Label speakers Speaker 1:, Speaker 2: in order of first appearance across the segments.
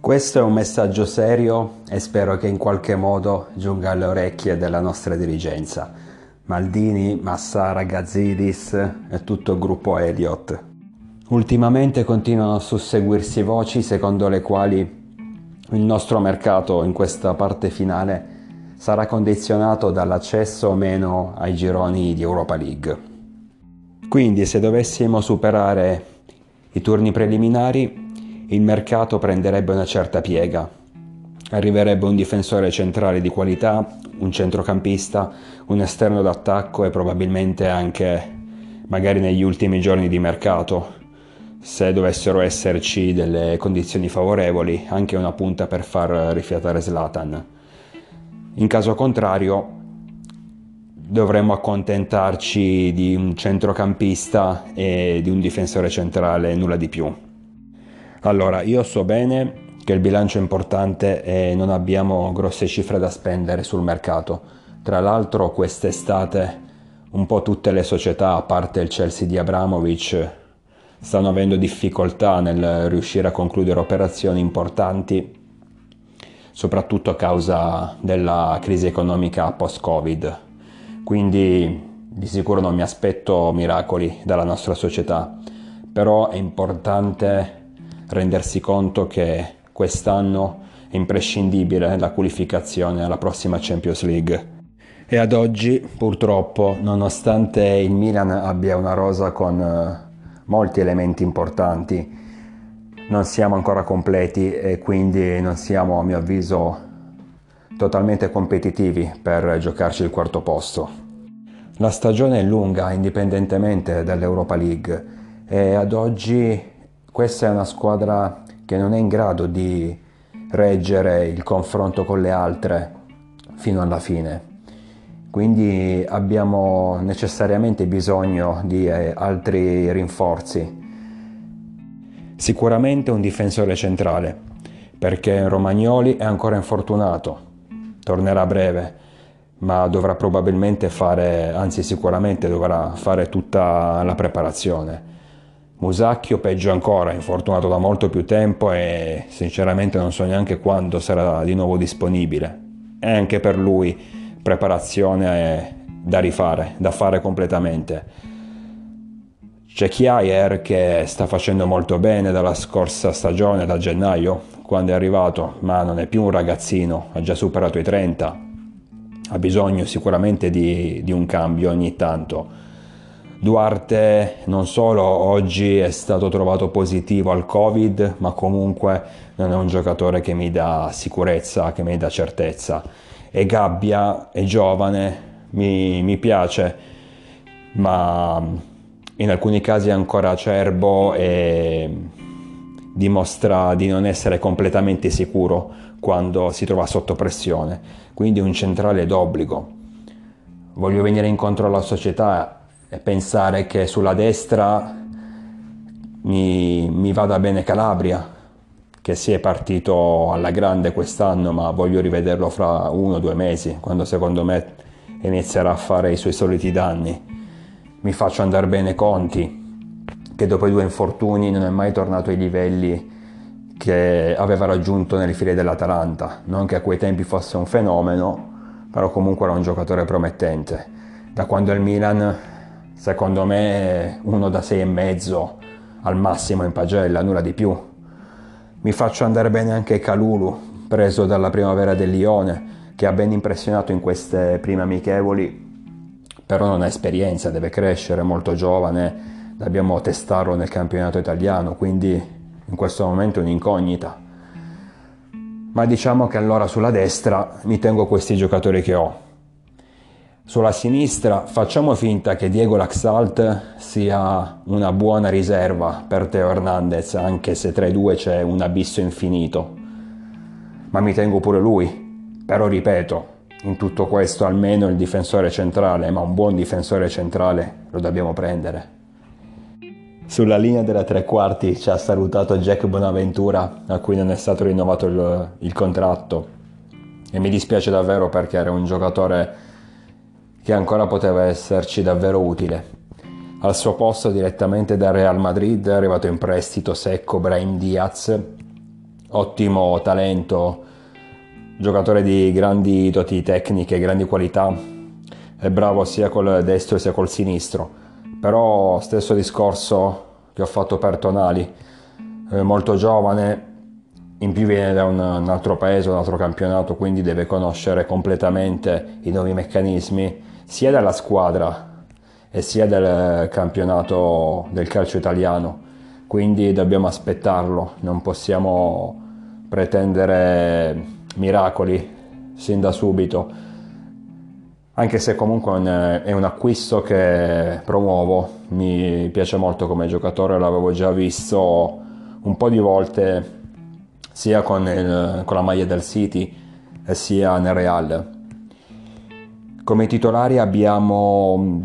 Speaker 1: Questo è un messaggio serio e spero che in qualche modo giunga alle orecchie della nostra dirigenza. Maldini, Massara, Gazzidis e tutto il gruppo Elliott. Ultimamente continuano a susseguirsi voci secondo le quali il nostro mercato in questa parte finale sarà condizionato dall'accesso o meno ai gironi di Europa League. Quindi se dovessimo superare i turni preliminari, il mercato prenderebbe una certa piega. Arriverebbe un difensore centrale di qualità, un centrocampista, un esterno d'attacco e probabilmente anche, magari negli ultimi giorni di mercato, se dovessero esserci delle condizioni favorevoli, anche una punta per far rifiatare Zlatan. In caso contrario, dovremmo accontentarci di un centrocampista e di un difensore centrale, nulla di più. Allora, io so bene che il bilancio è importante e non abbiamo grosse cifre da spendere sul mercato. Tra l'altro quest'estate un po' tutte le società, a parte il Chelsea di Abramovich, stanno avendo difficoltà nel riuscire a concludere operazioni importanti, soprattutto a causa della crisi economica post-Covid. Quindi di sicuro non mi aspetto miracoli dalla nostra società, però è importante rendersi conto che quest'anno è imprescindibile la qualificazione alla prossima Champions League. E ad oggi, purtroppo, nonostante il Milan abbia una rosa con molti elementi importanti, non siamo ancora completi e quindi non siamo, a mio avviso, totalmente competitivi per giocarci il quarto posto. La stagione è lunga, indipendentemente dall'Europa League, e ad oggi questa è una squadra che non è in grado di reggere il confronto con le altre fino alla fine. Quindi abbiamo necessariamente bisogno di altri rinforzi. Sicuramente un difensore centrale, perché Romagnoli è ancora infortunato, tornerà a breve, ma dovrà probabilmente sicuramente dovrà fare tutta la preparazione. Musacchio peggio ancora, infortunato da molto più tempo e sinceramente non so neanche quando sarà di nuovo disponibile. E anche per lui preparazione da rifare, da fare completamente. C'è Kjaer che sta facendo molto bene dalla scorsa stagione, da gennaio, quando è arrivato, ma non è più un ragazzino, ha già superato i 30, ha bisogno sicuramente di un cambio ogni tanto. Duarte non solo oggi è stato trovato positivo al Covid, ma comunque non è un giocatore che mi dà sicurezza, che mi dà certezza. E Gabbia è giovane, mi piace, ma in alcuni casi è ancora acerbo e dimostra di non essere completamente sicuro quando si trova sotto pressione. Quindi un centrale d'obbligo. Voglio venire incontro alla società e pensare che sulla destra mi vada bene Calabria, che si è partito alla grande quest'anno, ma voglio rivederlo fra 1 o 2 mesi, quando secondo me inizierà a fare i suoi soliti danni. Mi faccio andare bene Conti, che dopo i 2 infortuni non è mai tornato ai livelli che aveva raggiunto nelle file dell'Atalanta. Non che a quei tempi fosse un fenomeno, però comunque era un giocatore promettente. Da quando è il Milan, secondo me è uno da 6,5 al massimo in pagella, nulla di più. Mi faccio andare bene anche Kalulu, preso dalla primavera del Lione, che ha ben impressionato in queste prime amichevoli, però non ha esperienza, deve crescere, è molto giovane, dobbiamo testarlo nel campionato italiano, quindi in questo momento è un'incognita. Ma diciamo che allora sulla destra mi tengo questi giocatori che ho. Sulla sinistra facciamo finta che Diego Laxalt sia una buona riserva per Theo Hernandez, anche se tra i due c'è un abisso infinito. Ma mi tengo pure lui. Però ripeto, in tutto questo almeno il difensore centrale, ma un buon difensore centrale lo dobbiamo prendere. Sulla linea della tre quarti ci ha salutato Jack Bonaventura, a cui non è stato rinnovato il contratto. E mi dispiace davvero perché era un giocatore che ancora poteva esserci davvero utile. Al suo posto direttamente dal Real Madrid è arrivato in prestito secco Brahim Diaz, ottimo talento, giocatore di grandi doti tecniche, grandi qualità, è bravo sia col destro sia col sinistro, però stesso discorso che ho fatto per Tonali, molto giovane, in più viene da un altro paese, un altro campionato, quindi deve conoscere completamente i nuovi meccanismi sia della squadra e sia del campionato del calcio italiano, quindi dobbiamo aspettarlo, non possiamo pretendere miracoli sin da subito, anche se comunque è un acquisto che promuovo. Mi piace molto come giocatore, l'avevo già visto un po' di volte sia con la maglia del City e sia nel Real. Come titolari abbiamo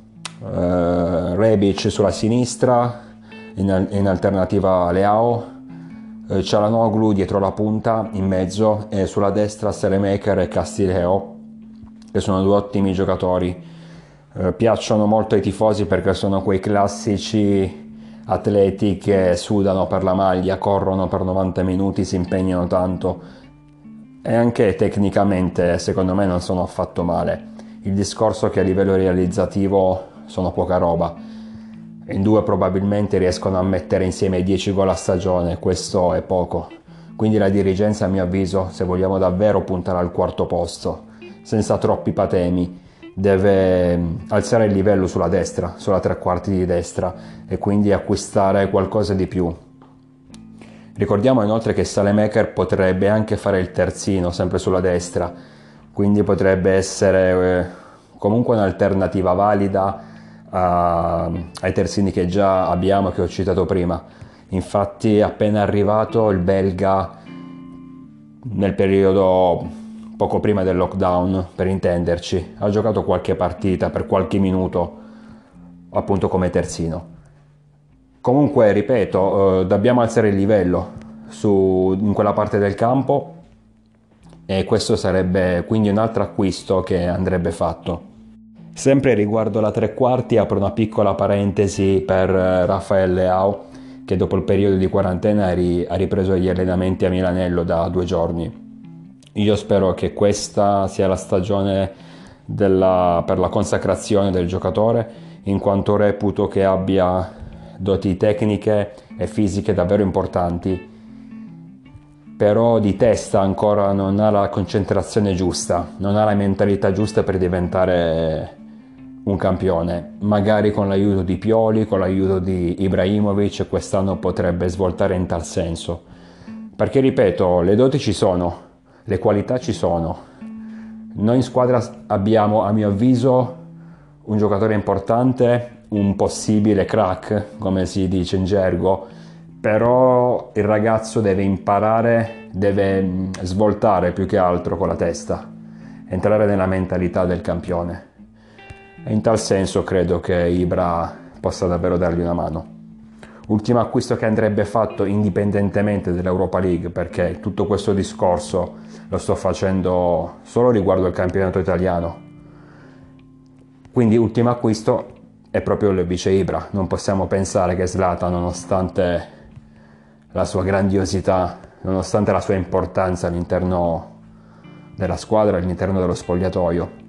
Speaker 1: Rebic sulla sinistra, in alternativa Leao, Çalhanoğlu dietro la punta, in mezzo, e sulla destra Saelemaekers e Castillejo, che sono due ottimi giocatori. Piacciono molto ai tifosi perché sono quei classici atleti che sudano per la maglia, corrono per 90 minuti, si impegnano tanto e anche tecnicamente secondo me non sono affatto male. Il discorso è che a livello realizzativo sono poca roba. In due probabilmente riescono a mettere insieme 10 gol a stagione, questo è poco. Quindi la dirigenza, a mio avviso, se vogliamo davvero puntare al quarto posto, senza troppi patemi, deve alzare il livello sulla destra, sulla tre quarti di destra, e quindi acquistare qualcosa di più. Ricordiamo inoltre che Saelemaekers potrebbe anche fare il terzino, sempre sulla destra, quindi potrebbe essere comunque un'alternativa valida ai terzini che già abbiamo, che ho citato prima. Infatti appena arrivato il belga, nel periodo poco prima del lockdown, per intenderci, ha giocato qualche partita per qualche minuto appunto come terzino. Comunque ripeto, dobbiamo alzare il livello in quella parte del campo, e questo sarebbe quindi un altro acquisto che andrebbe fatto. Sempre riguardo la tre quarti apro una piccola parentesi per Rafael Leao, che dopo il periodo di quarantena ha ripreso gli allenamenti a Milanello da 2 giorni. Io spero che questa sia la stagione per la consacrazione del giocatore, in quanto reputo che abbia doti tecniche e fisiche davvero importanti, però di testa ancora non ha la concentrazione giusta, non ha la mentalità giusta per diventare un campione. Magari con l'aiuto di Pioli, con l'aiuto di Ibrahimovic, quest'anno potrebbe svoltare in tal senso, perché ripeto, le doti ci sono, le qualità ci sono. Noi in squadra abbiamo, a mio avviso, un giocatore importante, un possibile crack, come si dice in gergo, però il ragazzo deve imparare, deve svoltare più che altro con la testa, entrare nella mentalità del campione. E in tal senso credo che Ibra possa davvero dargli una mano. Ultimo acquisto che andrebbe fatto indipendentemente dall'Europa League, perché tutto questo discorso lo sto facendo solo riguardo il campionato italiano. Quindi ultimo acquisto è proprio il vice Ibra. Non possiamo pensare che Zlatan, nonostante la sua grandiosità, nonostante la sua importanza all'interno della squadra, all'interno dello spogliatoio,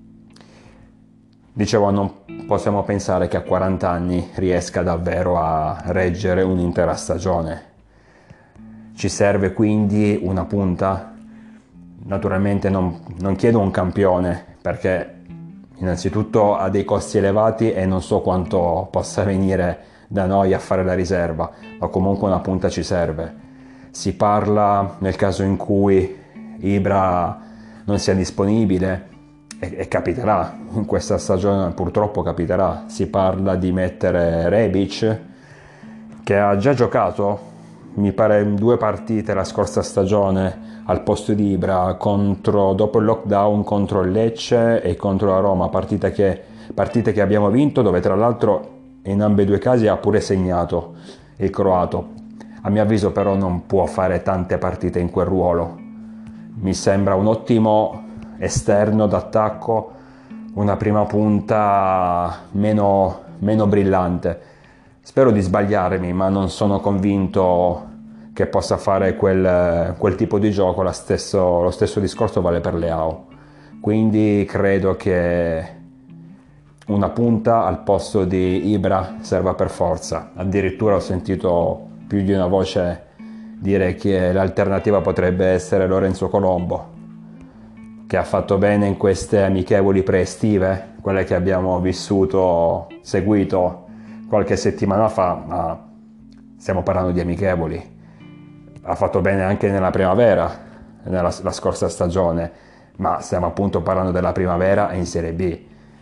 Speaker 1: dicevo, non possiamo pensare che a 40 anni riesca davvero a reggere un'intera stagione. Ci serve quindi una punta. Naturalmente non chiedo un campione, perché innanzitutto ha dei costi elevati e non so quanto possa venire da noi a fare la riserva, ma comunque una punta ci serve. Si parla, nel caso in cui Ibra non sia disponibile, e capiterà, in questa stagione purtroppo capiterà, si parla di mettere Rebic, che ha già giocato, mi pare 2 partite la scorsa stagione al posto di Ibra, dopo il lockdown contro il Lecce e contro la Roma, partite che abbiamo vinto, dove tra l'altro in ambedue casi ha pure segnato il croato. A mio avviso però non può fare tante partite in quel ruolo. Mi sembra un ottimo esterno d'attacco, una prima punta meno brillante. Spero di sbagliarmi, ma non sono convinto che possa fare quel tipo di gioco. Lo stesso discorso vale per Leao. Quindi credo che una punta al posto di Ibra serva per forza. Addirittura ho sentito più di una voce dire che l'alternativa potrebbe essere Lorenzo Colombo, che ha fatto bene in queste amichevoli pre-estive, quelle che abbiamo seguito qualche settimana fa, ma stiamo parlando di amichevoli. Ha fatto bene anche nella primavera, la scorsa stagione, ma stiamo appunto parlando della primavera e in Serie B.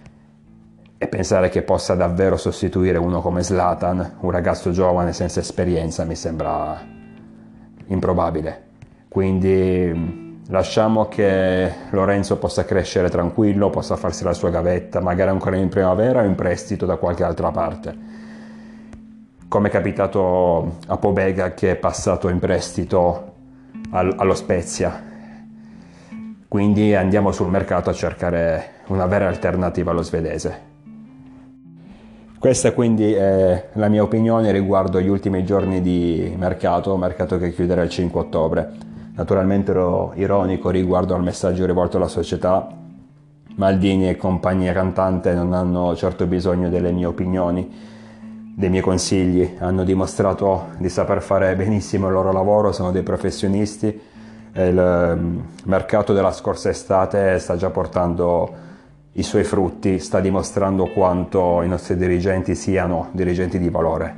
Speaker 1: E pensare che possa davvero sostituire uno come Zlatan, un ragazzo giovane senza esperienza, mi sembra improbabile. Quindi lasciamo che Lorenzo possa crescere tranquillo, possa farsi la sua gavetta, magari ancora in primavera o in prestito da qualche altra parte, come è capitato a Pobega, che è passato in prestito allo Spezia. Quindi andiamo sul mercato a cercare una vera alternativa allo svedese. Questa quindi è la mia opinione riguardo gli ultimi giorni di mercato che chiuderà il 5 ottobre. Naturalmente ero ironico riguardo al messaggio rivolto alla società. Maldini e compagnia cantante non hanno certo bisogno delle mie opinioni, dei miei consigli. Hanno dimostrato di saper fare benissimo il loro lavoro, sono dei professionisti e il mercato della scorsa estate sta già portando i suoi frutti, sta dimostrando quanto i nostri dirigenti siano dirigenti di valore.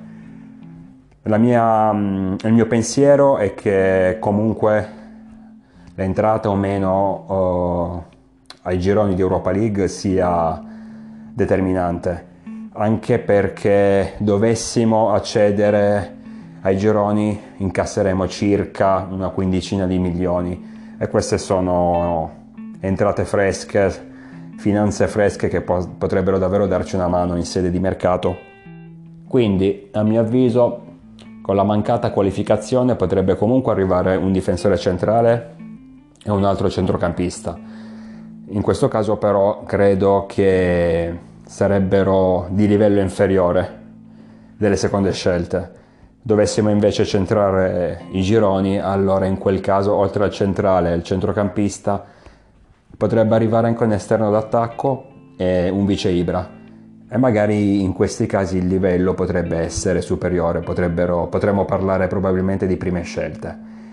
Speaker 1: Il mio pensiero è che comunque l'entrata o meno ai gironi di Europa League sia determinante, anche perché dovessimo accedere ai gironi incasseremo circa una quindicina di milioni e queste sono entrate fresche, finanze fresche che potrebbero davvero darci una mano in sede di mercato. Quindi, a mio avviso, con la mancata qualificazione potrebbe comunque arrivare un difensore centrale e un altro centrocampista. In questo caso però credo che sarebbero di livello inferiore delle seconde scelte. Dovessimo invece centrare i gironi, allora in quel caso oltre al centrale e al centrocampista potrebbe arrivare anche un esterno d'attacco e un vice Ibra, e magari in questi casi il livello potrebbe essere superiore, potremmo parlare probabilmente di prime scelte.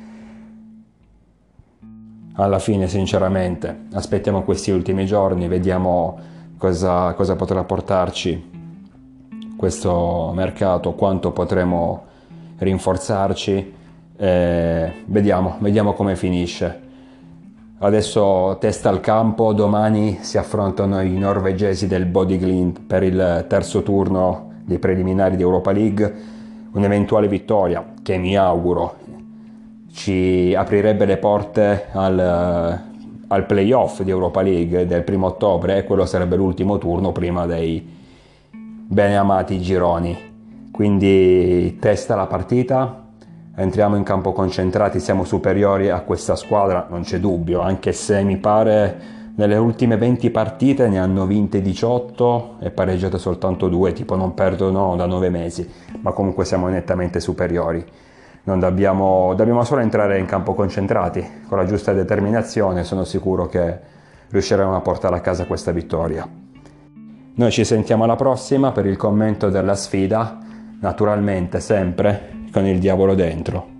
Speaker 1: Alla fine, sinceramente, aspettiamo questi ultimi giorni, vediamo cosa potrà portarci questo mercato, quanto potremo rinforzarci, vediamo come finisce. Adesso testa al campo, domani si affrontano i norvegesi del Bodø/Glimt per il terzo turno dei preliminari di Europa League. Un'eventuale vittoria, che mi auguro, ci aprirebbe le porte al playoff di Europa League del 1 ottobre, e quello sarebbe l'ultimo turno prima dei beneamati gironi. Quindi testa la partita, entriamo in campo concentrati, siamo superiori a questa squadra, non c'è dubbio, anche se mi pare nelle ultime 20 partite ne hanno vinte 18 e pareggiate soltanto 2, tipo non perdono da 9 mesi, ma comunque siamo nettamente superiori. Non dobbiamo solo entrare in campo concentrati, con la giusta determinazione sono sicuro che riusciremo a portare a casa questa vittoria. Noi ci sentiamo alla prossima per il commento della sfida, naturalmente sempre con il diavolo dentro.